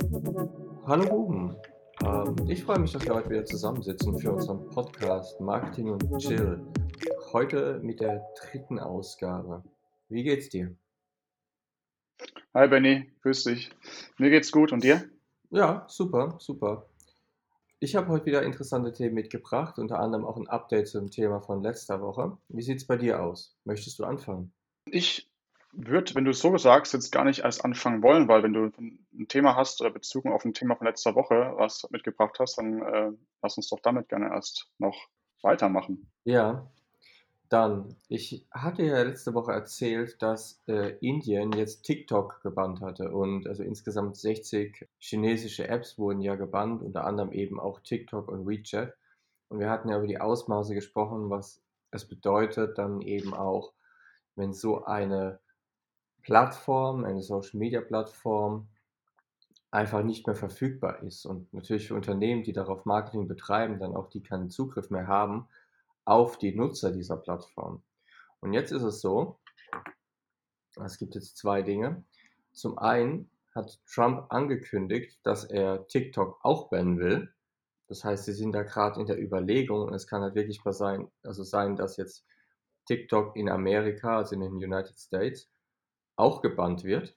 Hallo Ruben, ich freue mich, dass wir heute wieder zusammensitzen für unseren Podcast Marketing und Chill. Heute mit der dritten Ausgabe. Wie geht's dir? Hi Benny, grüß dich. Mir geht's gut und dir? Ja, super, super. Ich habe heute wieder interessante Themen mitgebracht, unter anderem auch ein Update zum Thema von letzter Woche. Wie sieht's bei dir aus? Möchtest du anfangen? Ich würde, wenn du es so sagst, jetzt gar nicht erst anfangen wollen, weil wenn du ein Thema hast oder bezogen auf ein Thema von letzter Woche was mitgebracht hast, dann lass uns doch damit gerne erst noch weitermachen. Ja, dann, ich hatte ja letzte Woche erzählt, dass Indien jetzt TikTok gebannt hatte und also insgesamt 60 chinesische Apps wurden ja gebannt, unter anderem eben auch TikTok und WeChat. Und wir hatten ja über die Ausmaße gesprochen, was es bedeutet dann eben auch, wenn so eine Plattform, eine Social-Media-Plattform einfach nicht mehr verfügbar ist und natürlich für Unternehmen, die darauf Marketing betreiben, dann auch die keinen Zugriff mehr haben auf die Nutzer dieser Plattform. Und jetzt ist es so, es gibt jetzt zwei Dinge. Zum einen hat Trump angekündigt, dass er TikTok auch bannen will. Das heißt, sie sind da gerade in der Überlegung und es kann halt wirklich mal sein, dass jetzt TikTok in Amerika, also in den United States, auch gebannt wird.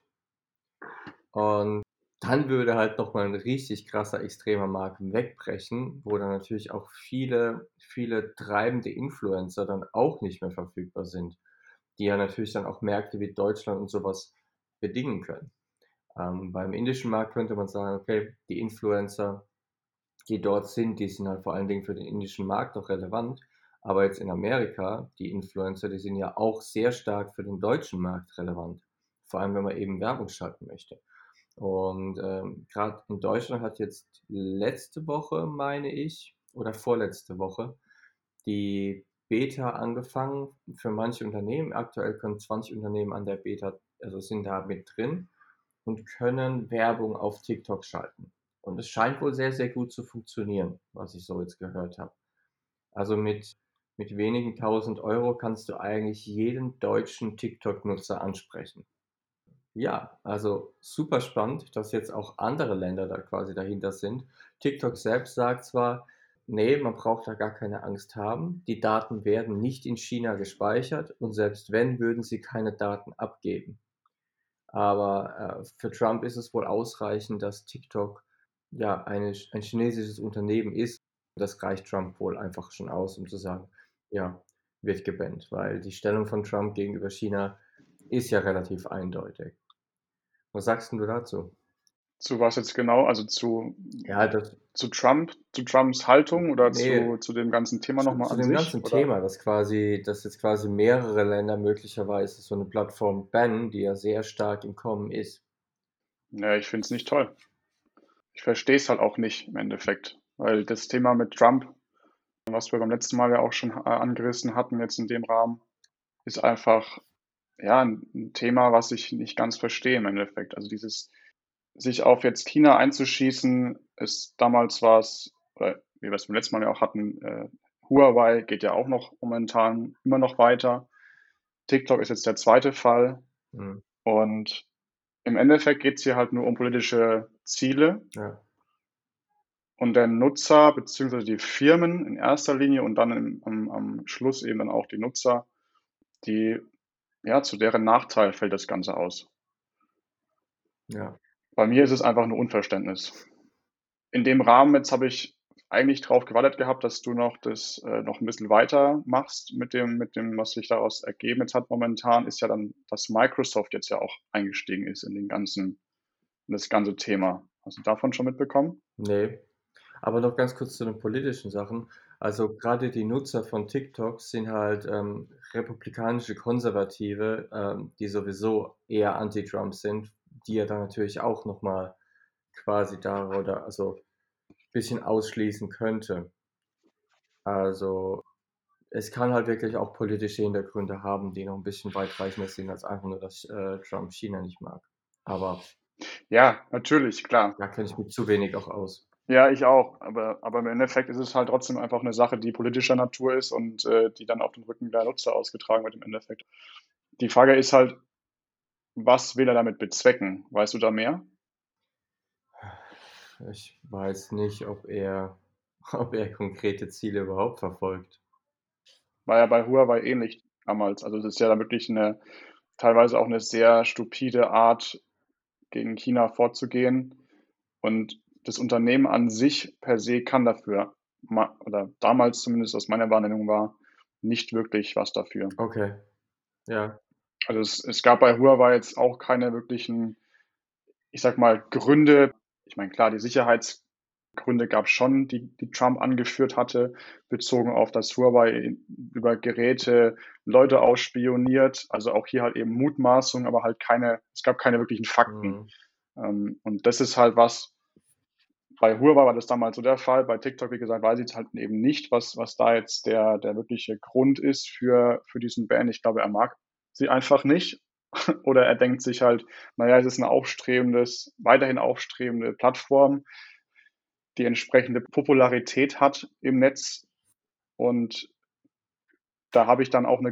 Und dann würde halt nochmal ein richtig krasser, extremer Markt wegbrechen, wo dann natürlich auch viele, viele treibende Influencer dann auch nicht mehr verfügbar sind, die ja natürlich dann auch Märkte wie Deutschland und sowas bedingen können. Beim indischen Markt könnte man sagen, okay, die Influencer, die dort sind, die sind halt vor allen Dingen für den indischen Markt auch relevant. Aber jetzt in Amerika, die Influencer, die sind ja auch sehr stark für den deutschen Markt relevant. Vor allem, wenn man eben Werbung schalten möchte. Und gerade in Deutschland hat jetzt letzte Woche, meine ich, oder vorletzte Woche, die Beta angefangen für manche Unternehmen. Aktuell können 20 Unternehmen an der Beta, also sind da mit drin und können Werbung auf TikTok schalten. Und es scheint wohl sehr, sehr gut zu funktionieren, was ich so jetzt gehört habe. Also mit wenigen tausend Euro kannst du eigentlich jeden deutschen TikTok-Nutzer ansprechen. Ja, also super spannend, dass jetzt auch andere Länder da quasi dahinter sind. TikTok selbst sagt zwar, nee, man braucht da gar keine Angst haben. Die Daten werden nicht in China gespeichert und selbst wenn, würden sie keine Daten abgeben. Aber für Trump ist es wohl ausreichend, dass TikTok ja ein chinesisches Unternehmen ist. Das reicht Trump wohl einfach schon aus, um zu sagen, ja, wird gebannt, weil die Stellung von Trump gegenüber China ist ja relativ eindeutig. Was sagst denn du dazu? Zu was jetzt genau? Also Ja, das, zu Trumps Haltung oder nee, zu dem ganzen Thema zu, nochmal zu an dem sich? ganzen Oder? Thema, dass jetzt quasi mehrere Länder möglicherweise so eine Plattform bannen, die ja sehr stark im Kommen ist. Ja, ich finde es nicht toll. Ich verstehe es halt auch nicht im Endeffekt, weil das Thema mit Trump, was wir beim letzten Mal ja auch schon angerissen hatten, jetzt in dem Rahmen, ist einfach ja ein Thema, was ich nicht ganz verstehe im Endeffekt. Also dieses sich auf jetzt China einzuschießen, ist damals war es, oder wie wir es beim letzten Mal ja auch hatten, Huawei geht ja auch noch momentan immer noch weiter. TikTok ist jetzt der zweite Fall. Hm, Und im Endeffekt geht es hier halt nur um politische Ziele ja. und der Nutzer beziehungsweise die Firmen in erster Linie und dann am Schluss eben dann auch die Nutzer, die, ja, zu deren Nachteil fällt das Ganze aus. Ja, Bei mir ist es einfach nur Unverständnis. In dem Rahmen jetzt habe ich eigentlich darauf gewartet gehabt, dass du noch das noch ein bisschen weiter machst mit dem, was sich daraus ergeben jetzt hat momentan, ist ja dann, dass Microsoft jetzt ja auch eingestiegen ist in das ganze Thema. Hast du davon schon mitbekommen? ne. Aber noch ganz kurz zu den politischen Sachen. Also gerade die Nutzer von TikTok sind halt republikanische Konservative, die sowieso eher anti-Trump sind, die er dann natürlich auch nochmal quasi da oder also ein bisschen ausschließen könnte. Also es kann halt wirklich auch politische Hintergründe haben, die noch ein bisschen weitreichender sind als einfach nur, dass Trump China nicht mag. Aber Ja, natürlich, klar. da kenne ich mich zu wenig auch aus. Ja, ich auch. Aber im Endeffekt ist es halt trotzdem einfach eine Sache, die politischer Natur ist und die dann auf den Rücken der Nutzer ausgetragen wird im Endeffekt. Die Frage ist halt, was will er damit bezwecken? Weißt du da mehr? Ich weiß nicht, ob er konkrete Ziele überhaupt verfolgt. War ja bei Huawei ähnlich damals. Also, das ist ja dann wirklich eine teilweise auch eine sehr stupide Art, gegen China vorzugehen. Und das Unternehmen an sich per se kann dafür oder damals zumindest aus meiner Wahrnehmung war, nicht wirklich was dafür. Okay, ja. Also, es gab bei Huawei jetzt auch keine wirklichen, ich sage mal, Gründe. Ich meine, klar, die Sicherheitsgründe gab's schon, die Trump angeführt hatte, bezogen auf, dass Huawei über Geräte Leute ausspioniert. Also, auch hier halt eben Mutmaßungen, aber halt es gab keine wirklichen Fakten. Mhm. Und das ist halt was. Bei Huawei war das damals so der Fall. Bei TikTok, wie gesagt, weiß ich jetzt halt eben nicht, was da jetzt der wirkliche Grund ist für diesen Ban. Ich glaube, er mag sie einfach nicht. Oder er denkt sich halt, naja, es ist eine weiterhin aufstrebende Plattform, die entsprechende Popularität hat im Netz. Und da habe ich dann auch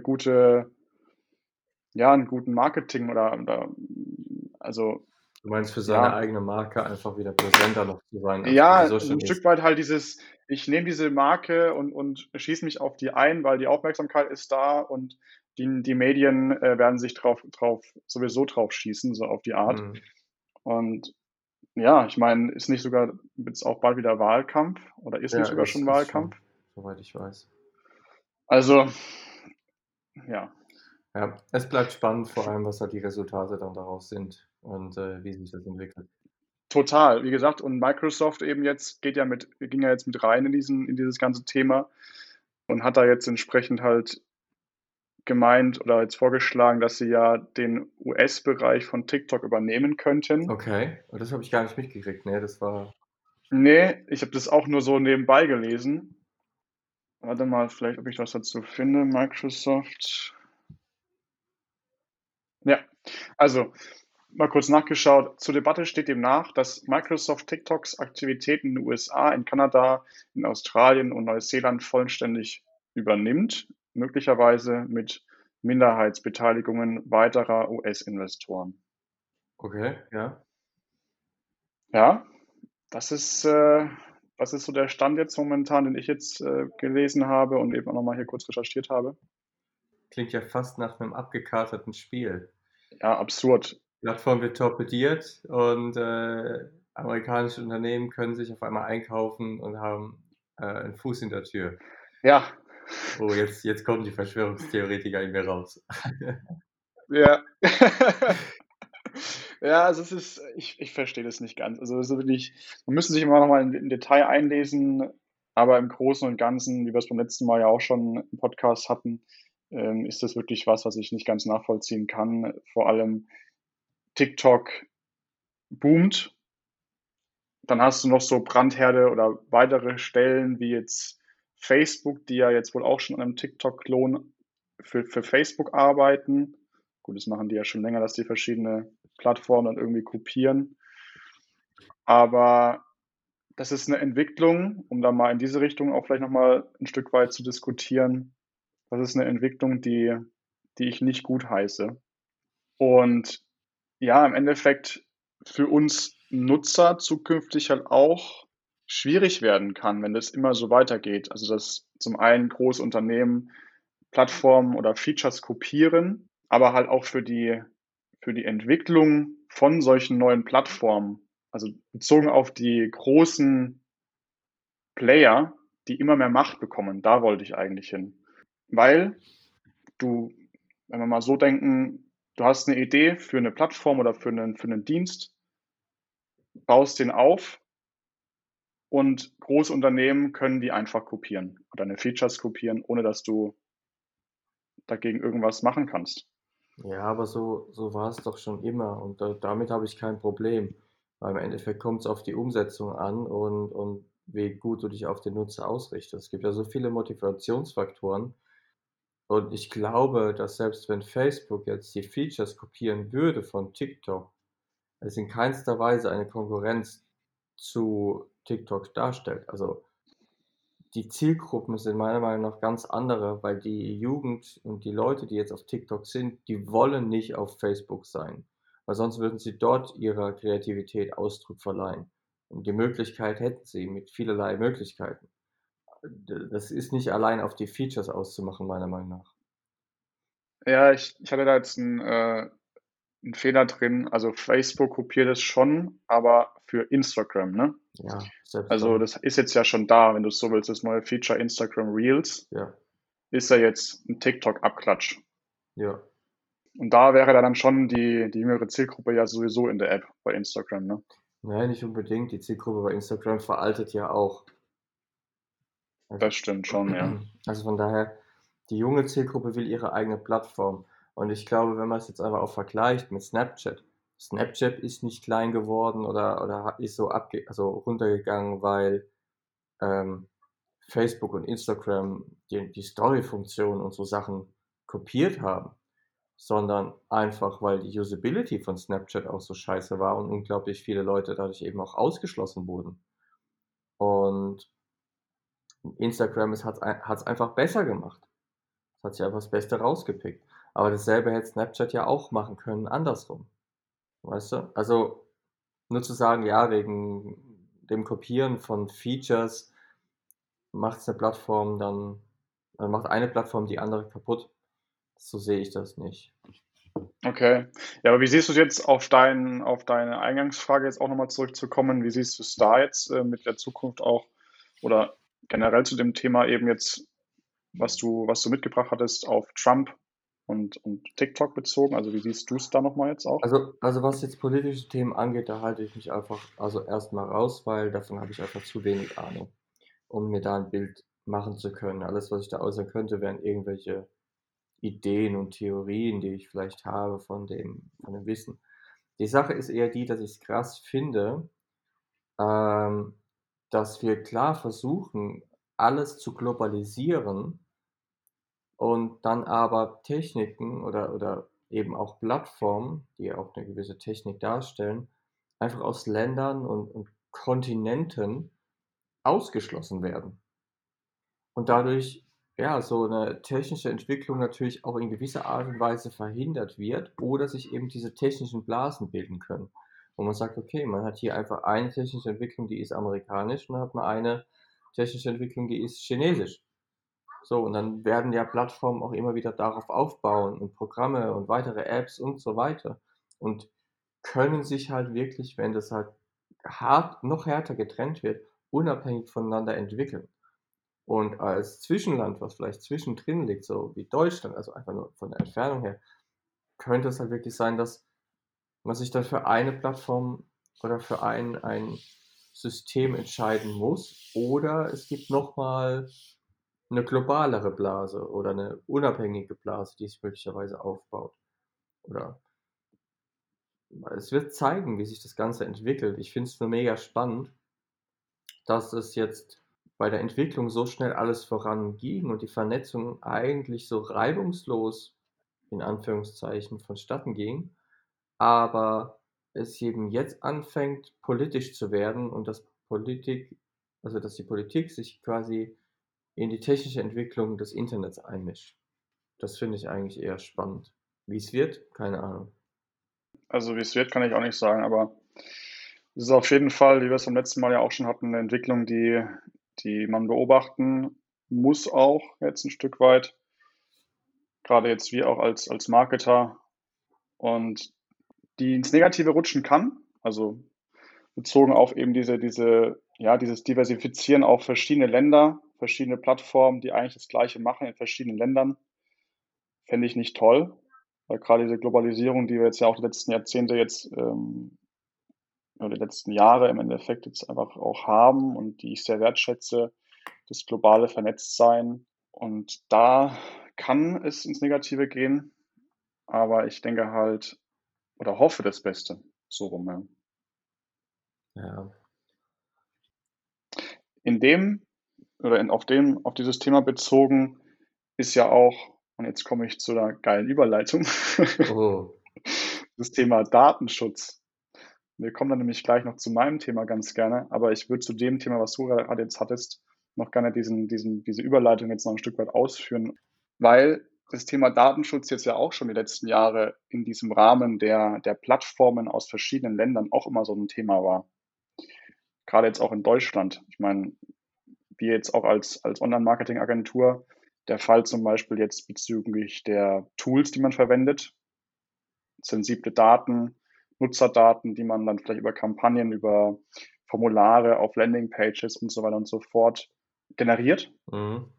einen guten Marketing oder also Du meinst für seine ja, eigene Marke einfach wieder präsenter noch zu sein, als er ja, sowieso so 'n schon Stück ist. weit halt ich nehme diese Marke und schieße mich auf die ein, weil die Aufmerksamkeit ist da und die Medien, werden sich drauf schießen, so auf die Art. Mhm. Und ja, ich meine, ist nicht sogar jetzt auch bald wieder Wahlkampf oder ist nicht Ja, sogar schon ist schon, Wahlkampf? soweit ich weiß. Also, ja, Ja, es bleibt spannend, vor allem, was da die Resultate dann daraus sind und, wie sich das entwickelt. total. Wie gesagt, und Microsoft eben jetzt ging ja jetzt mit rein in dieses ganze Thema und hat da jetzt entsprechend halt gemeint oder jetzt vorgeschlagen, dass sie ja den US-Bereich von TikTok übernehmen könnten. Okay, und das habe ich gar nicht mitgekriegt. Ne, das war Ne, ich habe das auch nur so nebenbei gelesen. Warte mal, vielleicht, ob ich was dazu finde. Microsoft. Ja, also mal kurz nachgeschaut. Zur Debatte steht demnach, dass Microsoft TikToks Aktivitäten in den USA, in Kanada, in Australien und Neuseeland vollständig übernimmt, möglicherweise mit Minderheitsbeteiligungen weiterer US-Investoren. okay, ja. Ja, das ist so der Stand jetzt momentan, den ich jetzt, gelesen habe und eben auch noch mal hier kurz recherchiert habe. Klingt ja fast nach 'nem abgekarteten Spiel. Ja, absurd. Plattform wird torpediert und, amerikanische Unternehmen können sich auf einmal einkaufen und haben, 'n Fuß in der Tür. Ja, Oh, jetzt kommen die Verschwörungstheoretiker in mir raus. ja. Ja, also es ist ich verstehe das nicht ganz. Also, so wirklich man müsste sich immer noch mal im Detail einlesen, aber im Großen und Ganzen, wie wir's beim letzten Mal ja auch schon im Podcast hatten, ist das wirklich was ich nicht ganz nachvollziehen kann. Vor allem TikTok boomt. Dann hast du noch so Brandherde oder weitere Stellen wie jetzt Facebook, die ja jetzt wohl auch schon an einem TikTok-Klon für Facebook arbeiten. Gut, das machen die ja schon länger, dass die verschiedene Plattformen dann irgendwie kopieren. Aber das ist eine Entwicklung, um da mal in diese Richtung auch vielleicht noch mal 'n Stück weit zu diskutieren. Das ist eine Entwicklung, die ich nicht gutheiße. Und ja, im Endeffekt für uns Nutzer zukünftig halt auch schwierig werden kann, wenn das immer so weitergeht. Also, dass zum einen große Unternehmen Plattformen oder Features kopieren, aber halt auch für die Entwicklung von solchen neuen Plattformen, also bezogen auf die großen Player, die immer mehr Macht bekommen, da wollte ich eigentlich hin. Weil du wenn wir mal so denken, du hast eine Idee für eine Plattform oder für 'nen Dienst, baust den auf und große Unternehmen können die einfach kopieren oder deine Features kopieren, ohne dass du dagegen irgendwas machen kannst. Ja, aber so war es doch schon immer und damit habe ich kein Problem, weil im Endeffekt kommt es auf die Umsetzung an und wie gut du dich auf den Nutzer ausrichtest. Es gibt ja so viele Motivationsfaktoren und ich glaube, dass selbst wenn Facebook jetzt die Features kopieren würde von TikTok, es in keinster Weise eine Konkurrenz zu TikTok darstellt. Also, die Zielgruppen sind meiner Meinung nach ganz andere, weil die Jugend und die Leute, die jetzt auf TikTok sind, die wollen nicht auf Facebook sein, weil sonst würden sie dort ihrer Kreativität Ausdruck verleihen. Und die Möglichkeit hätten sie mit vielerlei Möglichkeiten. Das ist nicht allein auf die Features auszumachen, meiner Meinung nach. Ja, ich hatte da jetzt einen Fehler drin. Also Facebook kopiert es schon, aber für Instagram, ne? Ja, selbst Also dann. das ist jetzt ja schon da, wenn du es so willst, das neue Feature Instagram Reels Ja, ist ja jetzt ein TikTok-Abklatsch. ja. Und da wäre dann schon die jüngere Zielgruppe ja sowieso in der App bei Instagram, ne? Nein, nicht unbedingt. Die Zielgruppe bei Instagram veraltet ja auch. Also, Das stimmt schon, ja. also von daher, die junge Zielgruppe will ihre eigene Plattform. Und ich glaube, wenn man es jetzt einfach auch vergleicht mit Snapchat, Snapchat ist nicht klein geworden oder ist so also runtergegangen, weil ähm, Facebook und Instagram die Story-Funktion und so Sachen kopiert haben, sondern einfach, weil die Usability von Snapchat auch so scheiße war und unglaublich viele Leute dadurch eben auch ausgeschlossen wurden. Und Instagram hat's einfach besser gemacht. Es hat sich einfach das Beste rausgepickt. Aber dasselbe hätte Snapchat ja auch machen können, andersrum. Weißt du? Also nur zu sagen, ja, wegen dem Kopieren von Features macht's eine Plattform macht eine Plattform die andere kaputt. So sehe ich das nicht. Okay. Ja, aber wie siehst du es jetzt auf deine Eingangsfrage jetzt auch nochmal zurückzukommen? Wie siehst du es da jetzt mit der Zukunft auch oder generell zu dem Thema eben jetzt, was du mitgebracht hattest auf Trump und TikTok bezogen? Also wie siehst du es da nochmal jetzt auch? Also was jetzt politische Themen angeht, da halte ich mich einfach also erstmal raus, weil davon habe ich einfach zu wenig Ahnung, um mir da ein Bild machen zu können. Alles, was ich da äußern könnte, wären irgendwelche Ideen und Theorien, die ich vielleicht habe von dem Wissen. Die Sache ist eher die, dass ich es krass finde, ähm, dass wir klar versuchen, alles zu globalisieren und dann aber Techniken oder eben auch Plattformen, die ja auch eine gewisse Technik darstellen, einfach aus Ländern und Kontinenten ausgeschlossen werden. Und dadurch, ja, so eine technische Entwicklung natürlich auch in gewisser Art und Weise verhindert wird oder sich eben diese technischen Blasen bilden können. Wo man sagt, okay, man hat hier einfach eine technische Entwicklung, die ist amerikanisch und dann hat man eine technische Entwicklung, die ist chinesisch. So, und dann werden ja Plattformen auch immer wieder darauf aufbauen und Programme und weitere Apps und so weiter und können sich halt wirklich, wenn das halt noch härter getrennt wird, unabhängig voneinander entwickeln. Und als Zwischenland, was vielleicht zwischendrin liegt, so wie Deutschland, also einfach nur von der Entfernung her, könnte es halt wirklich sein, dass man sich dann für eine Plattform oder für ein System entscheiden muss. Oder es gibt nochmal eine globalere Blase oder eine unabhängige Blase, die sich möglicherweise aufbaut. Oder es wird zeigen, wie sich das Ganze entwickelt. Ich finde es nur mega spannend, dass es jetzt bei der Entwicklung so schnell alles voranging und die Vernetzung eigentlich so reibungslos in Anführungszeichen vonstatten ging, aber es eben jetzt anfängt, politisch zu werden und dass die Politik sich quasi in die technische Entwicklung des Internets einmischt. Das finde ich eigentlich eher spannend. Wie es wird, keine Ahnung. Also wie es wird, kann ich auch nicht sagen, aber es ist auf jeden Fall, wie wir es beim letzten Mal ja auch schon hatten, eine Entwicklung, die man beobachten muss auch jetzt ein Stück weit. Gerade jetzt wir auch als Marketer und die ins Negative rutschen kann. Also bezogen auf eben dieses Diversifizieren auf verschiedene Länder, verschiedene Plattformen, die eigentlich das Gleiche machen in verschiedenen Ländern, fände ich nicht toll. Weil gerade diese Globalisierung, die wir jetzt ja auch die letzten Jahrzehnte jetzt oder die letzten Jahre im Endeffekt jetzt einfach auch haben und die ich sehr wertschätze, das globale Vernetztsein. Und da kann es ins Negative gehen, aber ich denke halt oder hoffe das Beste. So rum, ja. Ja, In dem auf dieses Thema bezogen ist ja auch, und jetzt komme ich zu einer geilen Überleitung, oh, das Thema Datenschutz. Wir kommen dann nämlich gleich noch zu meinem Thema ganz gerne, aber ich würde zu dem Thema, was du gerade jetzt hattest, noch gerne diese Überleitung jetzt noch ein Stück weit ausführen, weil das Thema Datenschutz jetzt ja auch schon die letzten Jahre in diesem Rahmen der Plattformen aus verschiedenen Ländern auch immer so ein Thema war. gerade jetzt auch in Deutschland. Ich meine, wir jetzt auch als Online-Marketing-Agentur, der Fall zum Beispiel jetzt bezüglich der Tools, die man verwendet, sensible Daten, Nutzerdaten, die man dann vielleicht über Kampagnen, über Formulare auf Landingpages und so weiter und so fort generiert. Mhm.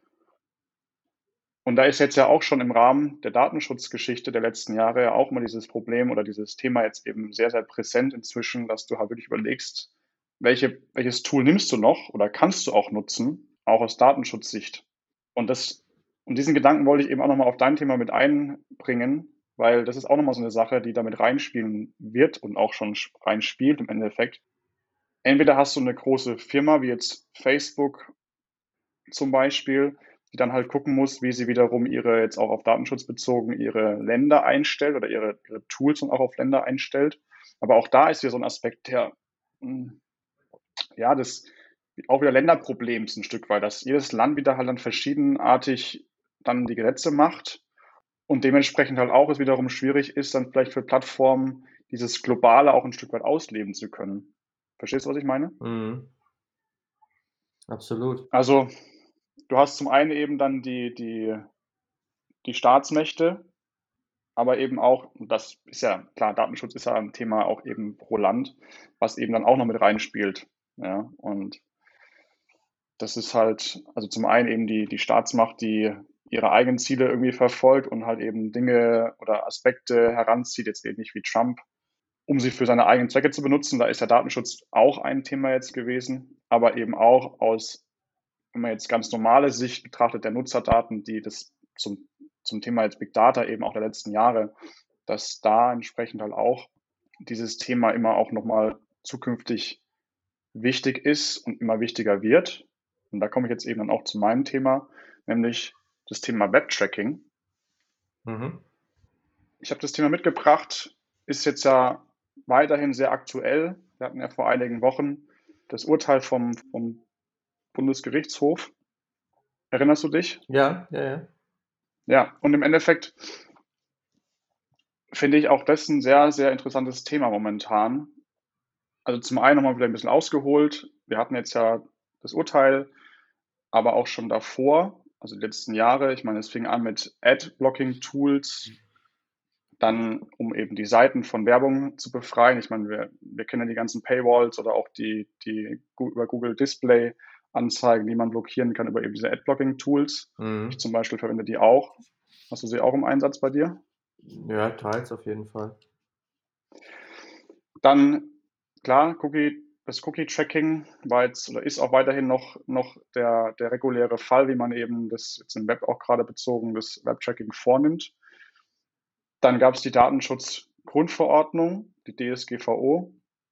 Und da ist jetzt ja auch schon im Rahmen der Datenschutzgeschichte der letzten Jahre ja auch mal dieses Problem oder dieses Thema jetzt eben sehr, sehr präsent inzwischen, dass du halt wirklich überlegst, welches Tool nimmst du noch oder kannst du auch nutzen, auch aus Datenschutzsicht. Und und diesen Gedanken wollte ich eben auch nochmal auf dein Thema mit einbringen, weil das ist auch nochmal so eine Sache, die damit reinspielen wird und auch schon reinspielt im Endeffekt. Entweder hast du eine große Firma wie jetzt Facebook zum Beispiel, die dann halt gucken muss, wie sie wiederum ihre, jetzt auch auf Datenschutz bezogen, ihre Länder einstellt oder ihre Tools dann auch auf Länder einstellt. Aber auch da ist wieder so ein Aspekt der, ja, des auch wieder Länderproblems ein Stück weit, dass jedes Land wieder halt dann verschiedenartig dann die Gesetze macht und dementsprechend halt auch es wiederum schwierig ist, dann vielleicht für Plattformen dieses Globale auch ein Stück weit ausleben zu können. Verstehst du, was ich meine? Mhm. Absolut. Also du hast zum einen eben dann die Staatsmächte, aber eben auch, und das ist ja klar, Datenschutz ist ja ein Thema auch eben pro Land, was eben dann auch noch mit reinspielt. Ja, und das ist halt, also zum einen eben die Staatsmacht, die ihre eigenen Ziele irgendwie verfolgt und halt eben Dinge oder Aspekte heranzieht, jetzt eben nicht wie Trump, um sie für seine eigenen Zwecke zu benutzen. Da ist der Datenschutz auch ein Thema jetzt gewesen, aber eben auch aus, wenn man jetzt ganz normale Sicht betrachtet, der Nutzerdaten, die das zum Thema jetzt Big Data eben auch der letzten Jahre, dass da entsprechend halt auch dieses Thema immer auch nochmal zukünftig wichtig ist und immer wichtiger wird. Und da komme ich jetzt eben dann auch zu meinem Thema, nämlich das Thema Webtracking. Mhm. Ich habe das Thema mitgebracht, ist jetzt ja weiterhin sehr aktuell. Wir hatten ja vor einigen Wochen das Urteil vom Bundesgerichtshof. Erinnerst du dich? Ja, ja, ja. Ja, und im Endeffekt finde ich auch das ein sehr, sehr interessantes Thema momentan. Also zum einen nochmal wieder ein bisschen ausgeholt. Wir hatten jetzt ja das Urteil, aber auch schon davor, also die letzten Jahre. Ich meine, es fing an mit Ad-Blocking-Tools, dann um eben die Seiten von Werbung zu befreien. Ich meine, wir kennen ja die ganzen Paywalls oder auch die über Google Display Anzeigen, die man blockieren kann über eben diese Ad-Blocking-Tools. Ich Mhm. zum Beispiel verwende die auch. Hast du sie auch im Einsatz bei dir? Ja, teils auf jeden Fall. Dann, klar, das Cookie-Tracking war jetzt oder ist auch weiterhin noch der reguläre Fall, wie man eben das jetzt im Web auch gerade bezogen, das Web-Tracking vornimmt. Dann gab es die Datenschutzgrundverordnung, die DSGVO,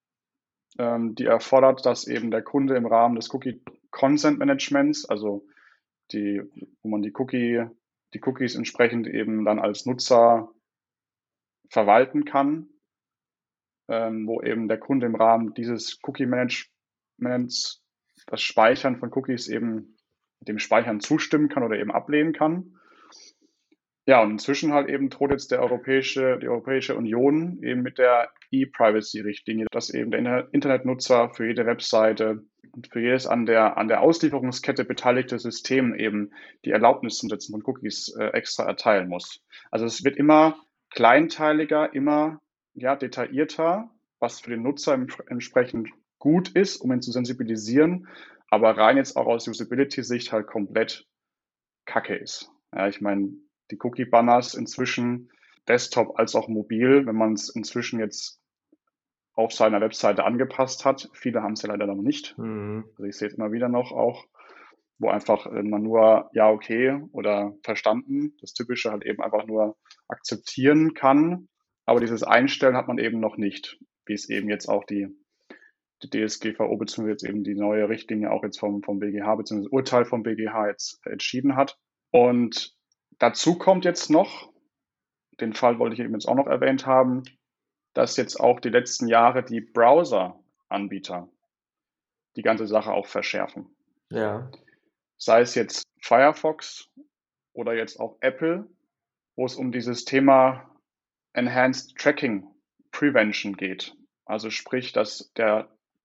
die erfordert, dass eben der Kunde im Rahmen des Cookie Consent Managements, also wo man die Cookies entsprechend eben dann als Nutzer verwalten kann, wo eben der Kunde im Rahmen dieses Cookie-Managements das Speichern von Cookies eben dem Speichern zustimmen kann oder eben ablehnen kann. Ja, und inzwischen halt eben droht jetzt die Europäische Union eben mit der E-Privacy-Richtlinie, dass eben der Internetnutzer für jede Webseite und für jedes an der Auslieferungskette beteiligte System eben die Erlaubnis zum Setzen von Cookies extra erteilen muss. Also es wird immer kleinteiliger, immer ja, detaillierter, was für den Nutzer entsprechend gut ist, um ihn zu sensibilisieren, aber rein jetzt auch aus Usability-Sicht halt komplett Kacke ist. Ja, ich meine, die Cookie-Banners inzwischen, Desktop als auch mobil, wenn man es inzwischen jetzt auf seiner Webseite angepasst hat. Viele haben es ja leider noch nicht. Mhm. Also ich sehe es immer wieder noch auch, wo einfach man nur ja, okay oder verstanden, das Typische halt eben einfach nur akzeptieren kann. Aber dieses Einstellen hat man eben noch nicht, wie es eben jetzt auch die DSGVO beziehungsweise jetzt eben die neue Richtlinie auch jetzt vom BGH beziehungsweise das Urteil vom BGH jetzt entschieden hat. Und dazu kommt jetzt noch, den Fall wollte ich eben jetzt auch noch erwähnt haben, dass jetzt auch die letzten Jahre die Browser-Anbieter die ganze Sache auch verschärfen. Ja. Sei es jetzt Firefox oder jetzt auch Apple, wo es um dieses Thema Enhanced Tracking Prevention geht. Also sprich, dass der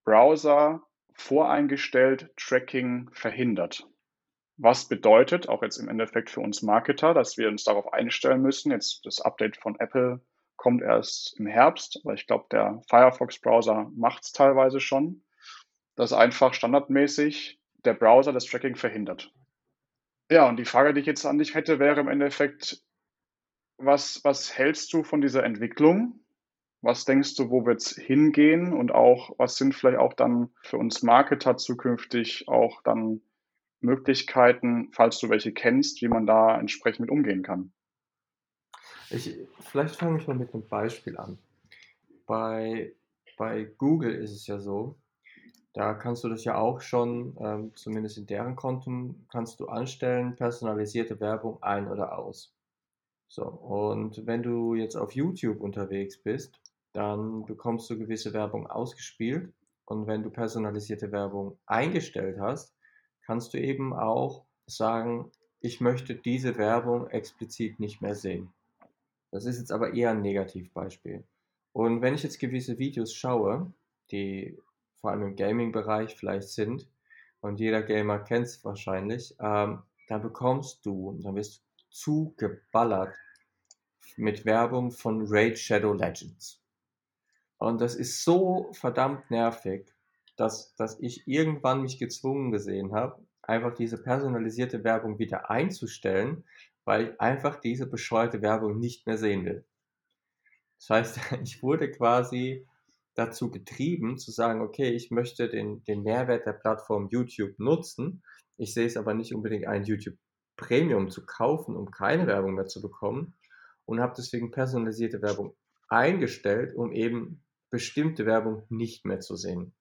Browser voreingestellt Tracking verhindert. Was bedeutet, auch jetzt im Endeffekt für uns Marketer, dass wir uns darauf einstellen müssen. Jetzt das Update von Apple kommt erst im Herbst, aber ich glaube, der Firefox-Browser macht es teilweise schon, dass einfach standardmäßig der Browser das Tracking verhindert. Ja, und die Frage, die ich jetzt an dich hätte, wäre im Endeffekt, was hältst du von dieser Entwicklung? Was denkst du, wo wird's hingehen? Und auch, was sind vielleicht auch dann für uns Marketer zukünftig auch dann Möglichkeiten, falls du welche kennst, wie man da entsprechend mit umgehen kann? Vielleicht fange ich mal mit einem Beispiel an. Bei, bei Google ist es ja so, da kannst du das ja auch schon, zumindest in deren Konten, kannst du anstellen, personalisierte Werbung ein oder aus. So, und wenn du jetzt auf YouTube unterwegs bist, dann bekommst du gewisse Werbung ausgespielt. Und wenn du personalisierte Werbung eingestellt hast, kannst du eben auch sagen, ich möchte diese Werbung explizit nicht mehr sehen. Das ist jetzt aber eher ein Negativbeispiel. Und wenn ich jetzt gewisse Videos schaue, die vor allem im Gaming-Bereich vielleicht sind, und jeder Gamer kennt es wahrscheinlich, dann dann wirst du zugeballert mit Werbung von Raid Shadow Legends. Und das ist so verdammt nervig, dass ich irgendwann mich gezwungen gesehen habe, einfach diese personalisierte Werbung wieder einzustellen, weil ich einfach diese bescheuerte Werbung nicht mehr sehen will. Das heißt, ich wurde quasi dazu getrieben zu sagen, okay, ich möchte den Mehrwert der Plattform YouTube nutzen. Ich sehe es aber nicht unbedingt ein, YouTube Premium zu kaufen, um keine Werbung mehr zu bekommen und habe deswegen personalisierte Werbung eingestellt, um eben bestimmte Werbung nicht mehr zu sehen.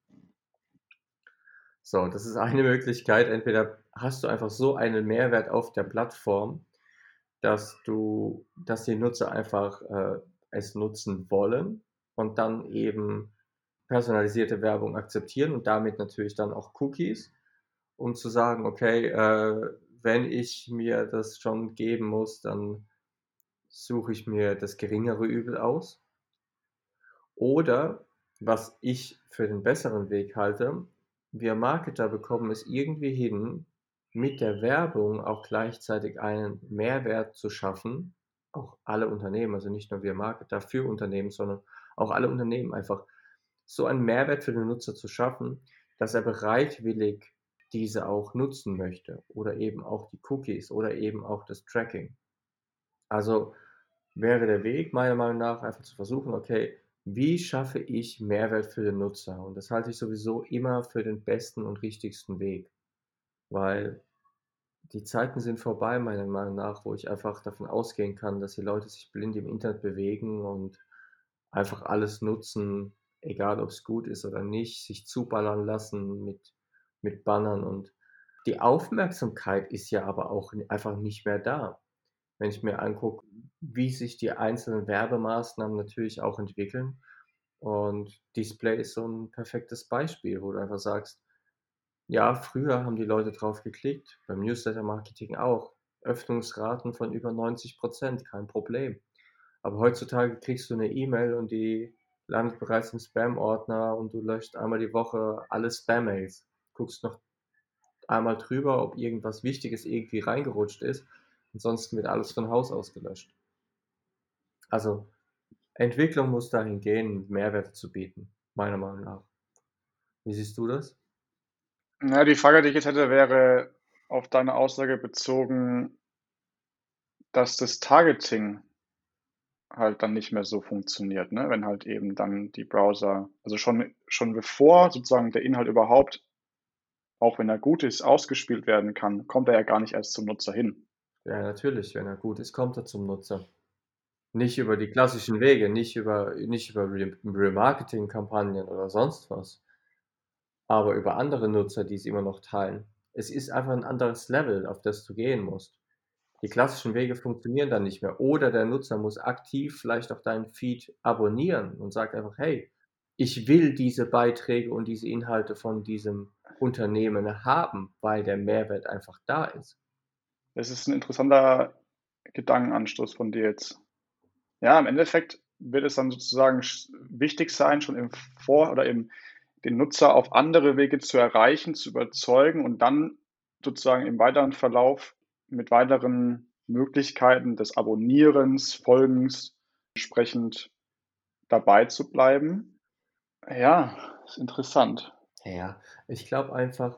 So, das ist eine Möglichkeit. Entweder hast du einfach so einen Mehrwert auf der Plattform, dass die Nutzer einfach es nutzen wollen und dann eben personalisierte Werbung akzeptieren und damit natürlich dann auch Cookies, um zu sagen, okay, wenn ich mir das schon geben muss, dann suche ich mir das geringere Übel aus. Oder, was ich für den besseren Weg halte, wir Marketer bekommen es irgendwie hin, mit der Werbung auch gleichzeitig einen Mehrwert zu schaffen, auch alle Unternehmen, also nicht nur wir Marketer für Unternehmen, sondern auch alle Unternehmen einfach so einen Mehrwert für den Nutzer zu schaffen, dass er bereitwillig diese auch nutzen möchte oder eben auch die Cookies oder eben auch das Tracking. Also wäre der Weg meiner Meinung nach einfach zu versuchen, okay, wie schaffe ich Mehrwert für den Nutzer? Und das halte ich sowieso immer für den besten und richtigsten Weg, weil die Zeiten sind vorbei, meiner Meinung nach, wo ich einfach davon ausgehen kann, dass die Leute sich blind im Internet bewegen und einfach alles nutzen, egal ob es gut ist oder nicht, sich zuballern lassen mit Bannern und die Aufmerksamkeit ist ja aber auch einfach nicht mehr da. Wenn ich mir angucke, wie sich die einzelnen Werbemaßnahmen natürlich auch entwickeln. Und Display ist so 'n perfektes Beispiel, wo du einfach sagst: „Ja, früher haben die Leute drauf geklickt, beim Newsletter-Marketing auch. Öffnungsraten von über 90%, kein Problem.“ Aber heutzutage kriegst du 'ne E-Mail und die landet bereits im Spam-Ordner und du löscht einmal die Woche alle Spam-Mails. Guckst noch einmal drüber, ob irgendwas Wichtiges irgendwie reingerutscht ist. Ansonsten wird alles von Haus aus gelöscht. Also, Entwicklung muss dahin gehen, Mehrwerte zu bieten, meiner Meinung nach. Wie siehst du das? Ja, die Frage, die ich jetzt hätte, wäre auf deine Aussage bezogen, dass das Targeting halt dann nicht mehr so funktioniert, ne? Wenn halt eben dann die Browser also schon bevor sozusagen der Inhalt überhaupt, auch wenn er gut ist, ausgespielt werden kann, kommt er ja gar nicht erst zum Nutzer hin. Ja, natürlich, wenn er gut ist, kommt er zum Nutzer. Nicht über die klassischen Wege, nicht über Remarketing-Kampagnen oder sonst was, aber über andere Nutzer, die es immer noch teilen. Es ist einfach ein anderes Level, auf das du gehen musst. Die klassischen Wege funktionieren dann nicht mehr. Oder der Nutzer muss aktiv vielleicht auch deinen Feed abonnieren und sagt einfach, hey, ich will diese Beiträge und diese Inhalte von diesem Unternehmen haben, weil der Mehrwert einfach da ist. Das ist ein interessanter Gedankenanstoß von dir jetzt. Ja, im Endeffekt wird es dann sozusagen wichtig sein, schon im Vor- oder den Nutzer auf andere Wege zu erreichen, zu überzeugen und dann sozusagen im weiteren Verlauf mit weiteren Möglichkeiten des Abonnierens, Folgens entsprechend dabei zu bleiben. Ja, ist interessant. Ja, ich glaube einfach,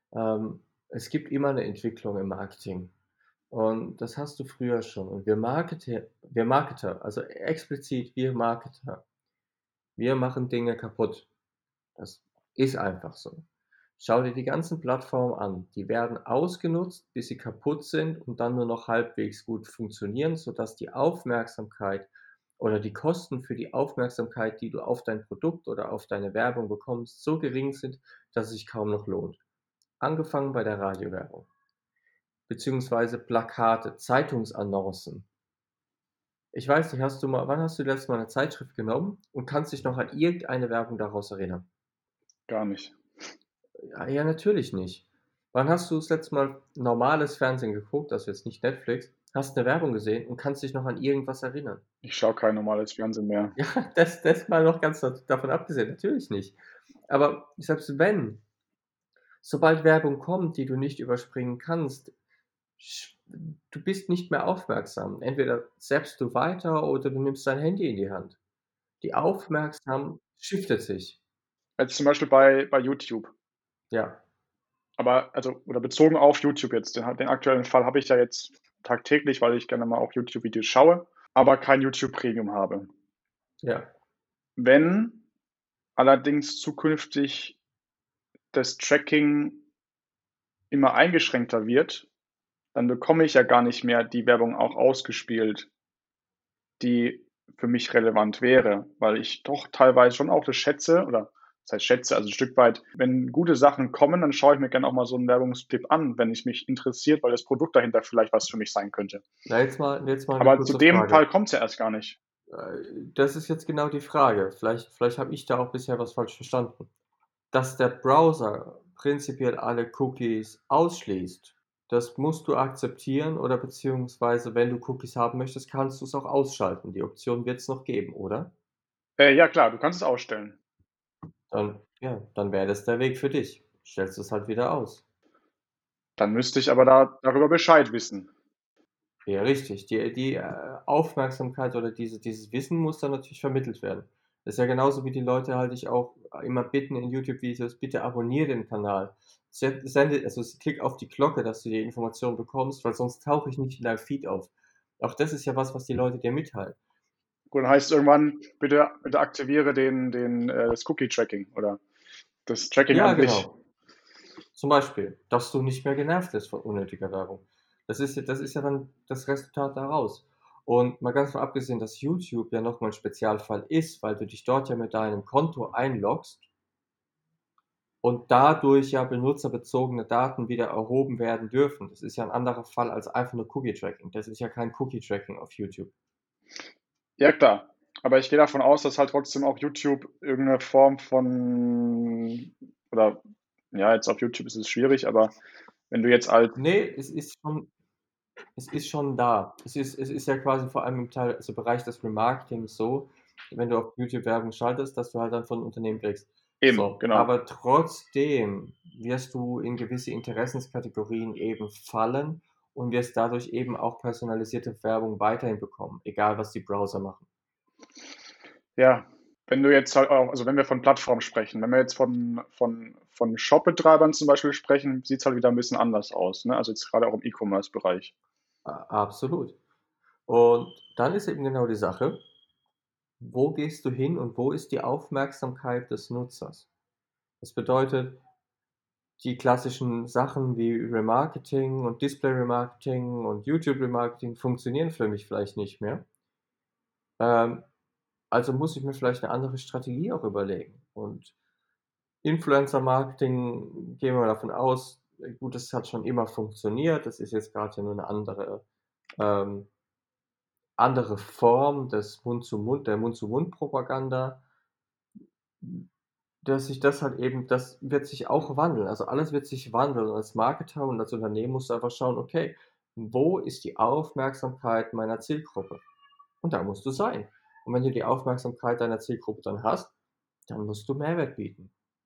es gibt immer eine Entwicklung im Marketing und das hast du früher schon und wir Marketer, also explizit wir Marketer, wir machen Dinge kaputt. Das ist einfach so. Schau dir die ganzen Plattformen an. Die werden ausgenutzt, bis sie kaputt sind und dann nur noch halbwegs gut funktionieren, sodass die Aufmerksamkeit oder die Kosten für die Aufmerksamkeit, die du auf dein Produkt oder auf deine Werbung bekommst, so gering sind, dass es sich kaum noch lohnt. Angefangen bei der Radiowerbung, beziehungsweise Plakate, Zeitungsannoncen. Ich weiß nicht, wann hast du letztes Mal eine Zeitschrift genommen und kannst dich noch an irgendeine Werbung daraus erinnern? Gar nicht. Ja, natürlich nicht. Wann hast du das letzte Mal normales Fernsehen geguckt, also jetzt nicht Netflix, hast eine Werbung gesehen und kannst dich noch an irgendwas erinnern? Ich schaue kein normales Fernsehen mehr. Ja, das mal noch ganz davon abgesehen, natürlich nicht. Aber selbst wenn, sobald Werbung kommt, die du nicht überspringen kannst, sch du bist nicht mehr aufmerksam. Entweder zappst du weiter oder du nimmst dein Handy in die Hand. Die Aufmerksam shiftet sich. Jetzt zum Beispiel bei YouTube. Ja, Aber also oder bezogen auf YouTube jetzt. Den aktuellen Fall habe ich ja jetzt tagtäglich, weil ich gerne mal auch YouTube-Videos schaue, aber kein YouTube Premium habe. ja. Wenn allerdings zukünftig das Tracking immer eingeschränkter wird, dann bekomme ich ja gar nicht mehr die Werbung auch ausgespielt, die für mich relevant wäre, weil ich doch teilweise schon auch das schätze oder das heißt schätze, also ein Stück weit, wenn gute Sachen kommen, dann schaue ich mir gerne auch mal so einen Werbungsclip an, wenn es mich interessiert, weil das Produkt dahinter vielleicht was für mich sein könnte. Na, jetzt mal 'ne Aber zu kurze dem Frage. Fall kommt es ja erst gar nicht. Das ist jetzt genau die Frage. Vielleicht habe ich da auch bisher was falsch verstanden. Dass der Browser prinzipiell alle Cookies ausschließt, das musst du akzeptieren oder beziehungsweise wenn du Cookies haben möchtest, kannst du es auch ausschalten. Die Option wird es noch geben, oder? Ja klar, du kannst es ausstellen. Dann wäre das der Weg für dich. Stellst es halt wieder aus. Dann müsste ich aber darüber Bescheid wissen. Ja, richtig. Aufmerksamkeit oder dieses Wissen muss dann natürlich vermittelt werden. Das ist ja genauso wie die Leute halt dich auch immer bitten in YouTube-Videos: „Bitte abonniere den Kanal. Klick auf die Glocke, dass du die Informationen bekommst, weil sonst tauche ich nicht in deinem Feed auf.“ Auch das ist ja was die Leute dir mitteilen. Gut, dann heißt es irgendwann, bitte aktiviere das Cookie-Tracking oder das Tracking Ja, an sich. genau. Zum Beispiel, dass du nicht mehr genervt wirst von unnötiger Werbung. Das ist ja dann das Resultat daraus. Und mal ganz von abgesehen, dass YouTube ja noch mal 'n Spezialfall ist, weil du dich dort ja mit deinem Konto einloggst und dadurch ja benutzerbezogene Daten wieder erhoben werden dürfen. Das ist ja 'n anderer Fall als einfach nur Cookie-Tracking. Das ist ja kein Cookie-Tracking auf YouTube. Ja klar, aber ich gehe davon aus, dass halt trotzdem auch YouTube irgendeine Form von oder ja, jetzt auf YouTube ist es schwierig, aber wenn du jetzt als Ne, es ist schon da. Es ist ja quasi vor allem im Bereich des Remarketings so, wenn du auf YouTube Werbung schaltest, dass du halt dann von Unternehmen kriegst. eben, So, genau. aber trotzdem wirst du in gewisse Interessenskategorien eben fallen und wirst dadurch eben auch personalisierte Werbung weiterhin bekommen, egal was die Browser machen. Ja, wenn du jetzt halt auch also wenn wir von Plattformen sprechen, wenn wir jetzt von Shopbetreibern zum Beispiel sprechen, sieht's halt wieder ein bisschen anders aus, ne? Also jetzt gerade auch im E-Commerce-Bereich. Absolut. Und dann ist eben genau die Sache, wo gehst du hin und wo ist die Aufmerksamkeit des Nutzers? Das bedeutet, die klassischen Sachen wie Remarketing und Display-Remarketing und YouTube-Remarketing funktionieren für mich vielleicht nicht mehr. Ähm, also muss ich mir vielleicht eine andere Strategie auch überlegen. Und Influencer-Marketing, gehen wir mal davon aus, gut, das hat schon immer funktioniert. Das ist jetzt gerade ja nur eine ähm, andere Form des Mund-zu-Mund-Propaganda. Dass sich das halt eben das wird sich auch wandeln. Also, alles wird sich wandeln. Und als Marketer und als Unternehmen musst du einfach schauen: „Okay, wo ist die Aufmerksamkeit meiner Zielgruppe?“ Und da musst du sein. Und wenn du die Aufmerksamkeit deiner Zielgruppe dann hast, dann musst du Mehrwert bieten.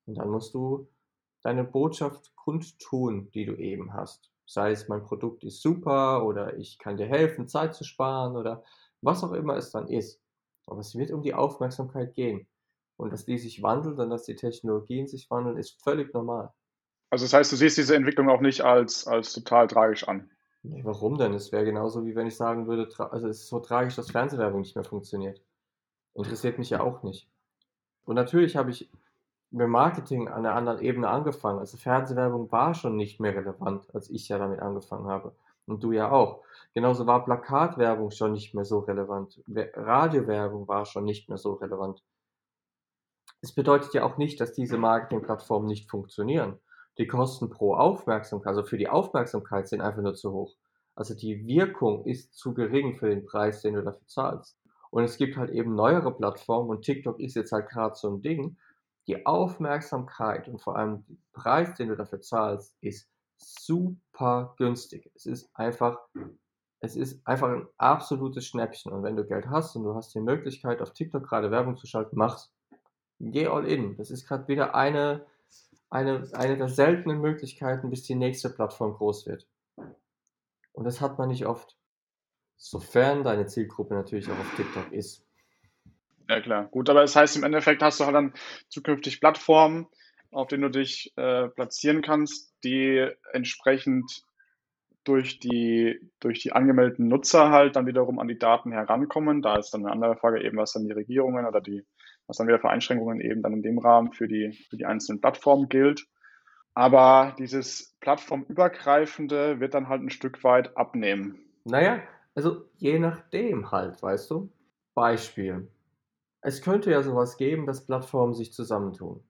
Und dann musst du deine Botschaft kundtun, die du eben hast. Sei es, mein Produkt ist super oder ich kann dir helfen, Zeit zu sparen oder was auch immer es dann ist. Aber es wird um die Aufmerksamkeit gehen. Und dass die sich wandelt und dass die Technologien sich wandeln, ist völlig normal. Also das heißt, du siehst diese Entwicklung auch nicht als total tragisch an. Ne, warum denn? Es wäre genauso, wie wenn ich sagen würde, also es ist so tragisch, dass Fernsehwerbung nicht mehr funktioniert. Interessiert mich ja auch nicht. Und natürlich habe ich mit Marketing an 'ner anderen Ebene angefangen. Also, Fernsehwerbung war schon nicht mehr relevant, als ich ja damit angefangen habe und du ja auch. Genauso war Plakatwerbung schon nicht mehr so relevant. Radiowerbung war schon nicht mehr so relevant. Es bedeutet ja auch nicht, dass diese Marketingplattformen nicht funktionieren. Die Kosten pro Aufmerksamkeit, also für die Aufmerksamkeit, sind einfach nur zu hoch. Also, die Wirkung ist zu gering für den Preis, den du dafür zahlst. Und es gibt halt eben neuere Plattformen und TikTok ist jetzt halt grad so 'n Ding. Die Aufmerksamkeit und vor allem der Preis, den du dafür zahlst, ist super günstig. Es ist einfach 'n absolutes Schnäppchen und wenn du Geld hast und du hast die Möglichkeit, auf TikTok grade Werbung zu schalten, mach's. Geh all in. Das ist gerade wieder eine der seltenen Möglichkeiten, bis die nächste Plattform groß wird. Und das hat man nicht oft. Sofern deine Zielgruppe natürlich auch auf TikTok ist. Ja klar. Gut, aber das heißt, im Endeffekt hast du halt dann zukünftig Plattformen, auf denen du dich, platzieren kannst, die entsprechend durch die angemeldeten Nutzer halt dann wiederum an die Daten herankommen. Da ist dann eine andere Frage eben, was dann die Regierungen oder was dann wieder für Einschränkungen eben dann in dem Rahmen für die einzelnen Plattformen gilt. Aber dieses plattformübergreifende wird dann halt ein Stück weit abnehmen. Na ja, also je nachdem halt, weißt du? Beispiel: Es könnte ja so was geben, dass Plattformen sich zusammentun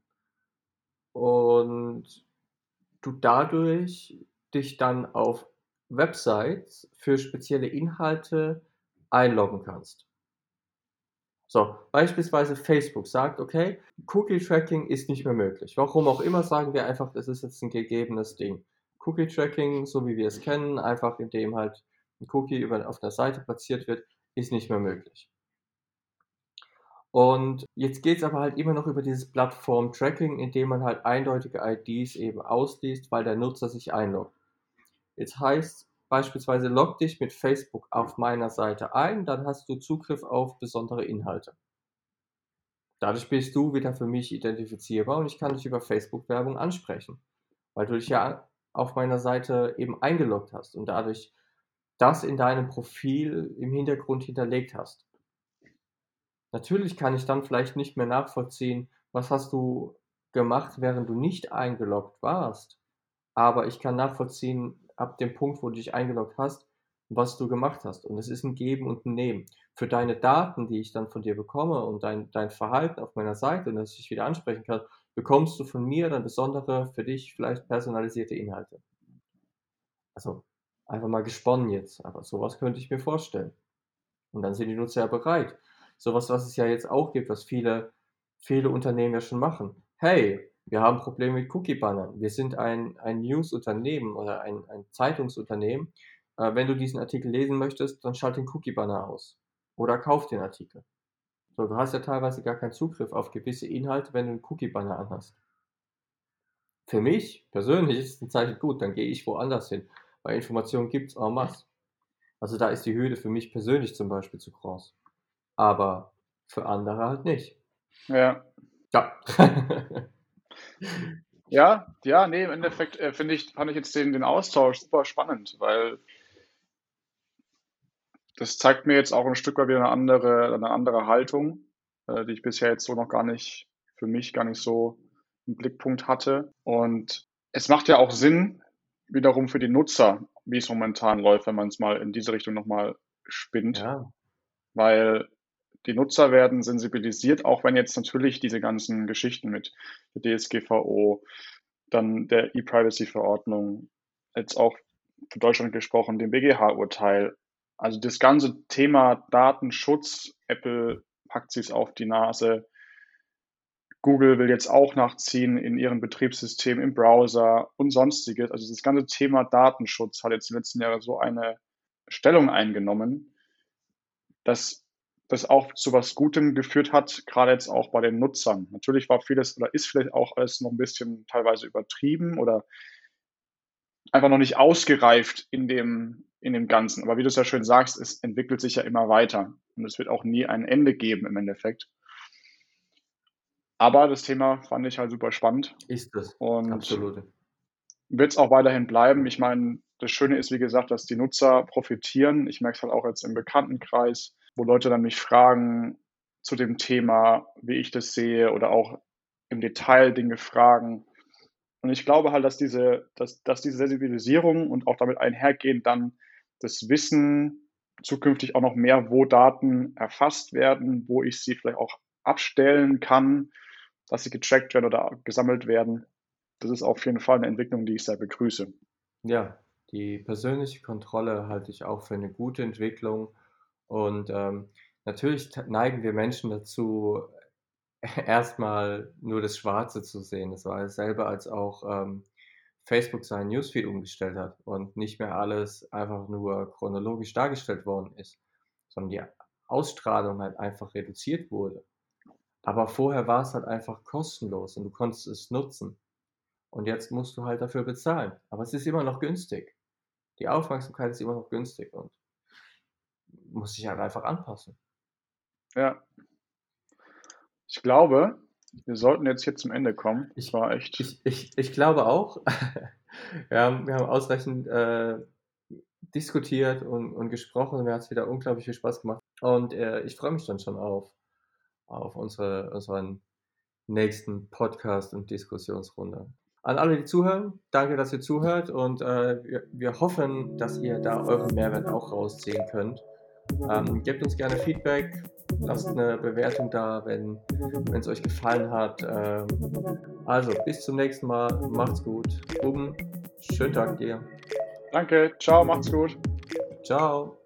und du dadurch dich dann auf Websites für spezielle Inhalte einloggen kannst. So, beispielsweise Facebook sagt: „Okay, Cookie-Tracking ist nicht mehr möglich." Warum auch immer, sagen wir einfach, das ist jetzt 'n gegebenes Ding. Cookie-Tracking, so wie wir es kennen, einfach indem halt 'n Cookie auf 'ner Seite platziert wird, ist nicht mehr möglich. Und jetzt geht's aber halt immer noch über dieses Plattform-Tracking, indem man halt eindeutige IDs eben ausliest, weil der Nutzer sich einloggt. Jetzt heißt beispielsweise: „Logg dich mit Facebook auf meiner Seite ein, dann hast du Zugriff auf besondere Inhalte." Dadurch bist du wieder für mich identifizierbar und ich kann dich über Facebook-Werbung ansprechen, weil du dich ja auf meiner Seite eben eingeloggt hast und dadurch das in deinem Profil im Hintergrund hinterlegt hast. Natürlich kann ich dann vielleicht nicht mehr nachvollziehen, was hast du gemacht, während du nicht eingeloggt warst, aber ich kann nachvollziehen, ab dem Punkt, wo du dich eingeloggt hast, was du gemacht hast. Und es ist 'n Geben und 'n Nehmen. Für deine Daten, die ich dann von dir bekomme und dein Verhalten auf meiner Seite und dass ich dich wieder ansprechen kann, bekommst du von mir dann besondere, für dich vielleicht personalisierte Inhalte. Also, einfach mal gesponnen jetzt, aber so was könnte ich mir vorstellen. Und dann sind die Nutzer ja bereit. So was, was es ja jetzt auch gibt, was viele Unternehmen ja schon machen. „Hey, wir haben Probleme mit Cookie-Bannern. Wir sind ein News-Unternehmen oder ein Zeitungsunternehmen. Wenn du diesen Artikel lesen möchtest, dann schalt den Cookie-Banner aus oder kauf den Artikel." So, du hast ja teilweise gar keinen Zugriff auf gewisse Inhalte, wenn du 'n Cookie-Banner anhast. Für mich persönlich ist es 'n Zeichen: gut, dann gehe ich woanders hin, weil Informationen gibt's en masse. Also, da ist die Hürde für mich persönlich zum Beispiel zu groß, aber für andere halt nicht. Ja. Ja. Ja, ja, ne, im Endeffekt, fand ich jetzt den Austausch super spannend, weil das zeigt mir jetzt auch ein Stück weit wieder eine andere Haltung, die ich bisher jetzt so noch gar nicht für mich gar nicht so im Blickpunkt hatte. Und es macht ja auch Sinn wiederum für die Nutzer, wie es momentan läuft, wenn man es mal in diese Richtung noch mal spinnt, Ja, weil die Nutzer werden sensibilisiert, auch wenn jetzt natürlich diese ganzen Geschichten mit der DSGVO, dann der E-Privacy-Verordnung, jetzt auch für Deutschland gesprochen, dem BGH-Urteil. Also das ganze Thema Datenschutz, Apple packt sich's auf die Nase. Google will jetzt auch nachziehen in ihren Betriebssystemen, im Browser und Sonstiges. Also das ganze Thema Datenschutz hat jetzt in den letzten Jahren so eine Stellung eingenommen, dass das auch zu was Gutem geführt hat, gerade jetzt auch bei den Nutzern. Natürlich war vieles oder ist vielleicht auch alles noch ein bisschen teilweise übertrieben oder einfach noch nicht ausgereift in dem Ganzen. Aber wie du es ja schön sagst, es entwickelt sich ja immer weiter und es wird auch nie ein Ende geben im Endeffekt. Aber das Thema fand ich halt super spannend Ist es. und Absolut. wird es auch weiterhin bleiben. Ich meine, das Schöne ist, wie gesagt, dass die Nutzer profitieren. Ich merke es halt auch jetzt im Bekanntenkreis, wo Leute dann mich fragen zu dem Thema, wie ich das sehe oder auch im Detail Dinge fragen. Und ich glaube halt, dass diese Sensibilisierung und auch damit einhergehend dann das Wissen zukünftig auch noch mehr, wo Daten erfasst werden, wo ich sie vielleicht auch abstellen kann, dass sie getrackt werden oder gesammelt werden. Das ist auf jeden Fall eine Entwicklung, die ich sehr begrüße. Ja, die persönliche Kontrolle halte ich auch für eine gute Entwicklung und, natürlich neigen wir Menschen dazu, erstmal nur das Schwarze zu sehen. Das war dasselbe, als auch, Facebook seinen Newsfeed umgestellt hat und nicht mehr alles einfach nur chronologisch dargestellt worden ist, sondern die Ausstrahlung halt einfach reduziert wurde. Aber vorher war es halt einfach kostenlos und du konntest es nutzen. Und jetzt musst du halt dafür bezahlen. Aber es ist immer noch günstig. Die Aufmerksamkeit ist immer noch günstig und muss sich halt einfach anpassen. Ja, ich glaube, wir sollten jetzt hier zum Ende kommen. Es Ich war echt ich glaube auch. Wir haben ausreichend, diskutiert und gesprochen und mir hat's wieder unglaublich viel Spaß gemacht. Und, ich freue mich dann schon auf unseren nächsten Podcast und Diskussionsrunde. An alle, die zuhören, danke, dass ihr zuhört und, wir hoffen, dass ihr da euren Mehrwert auch rausziehen könnt. Gebt uns gerne Feedback, lasst eine Bewertung da, wenn es euch gefallen hat. Also, bis zum nächsten Mal. Macht's gut. Ruben, schönen Tag dir. danke, ciao, macht's gut. Ciao.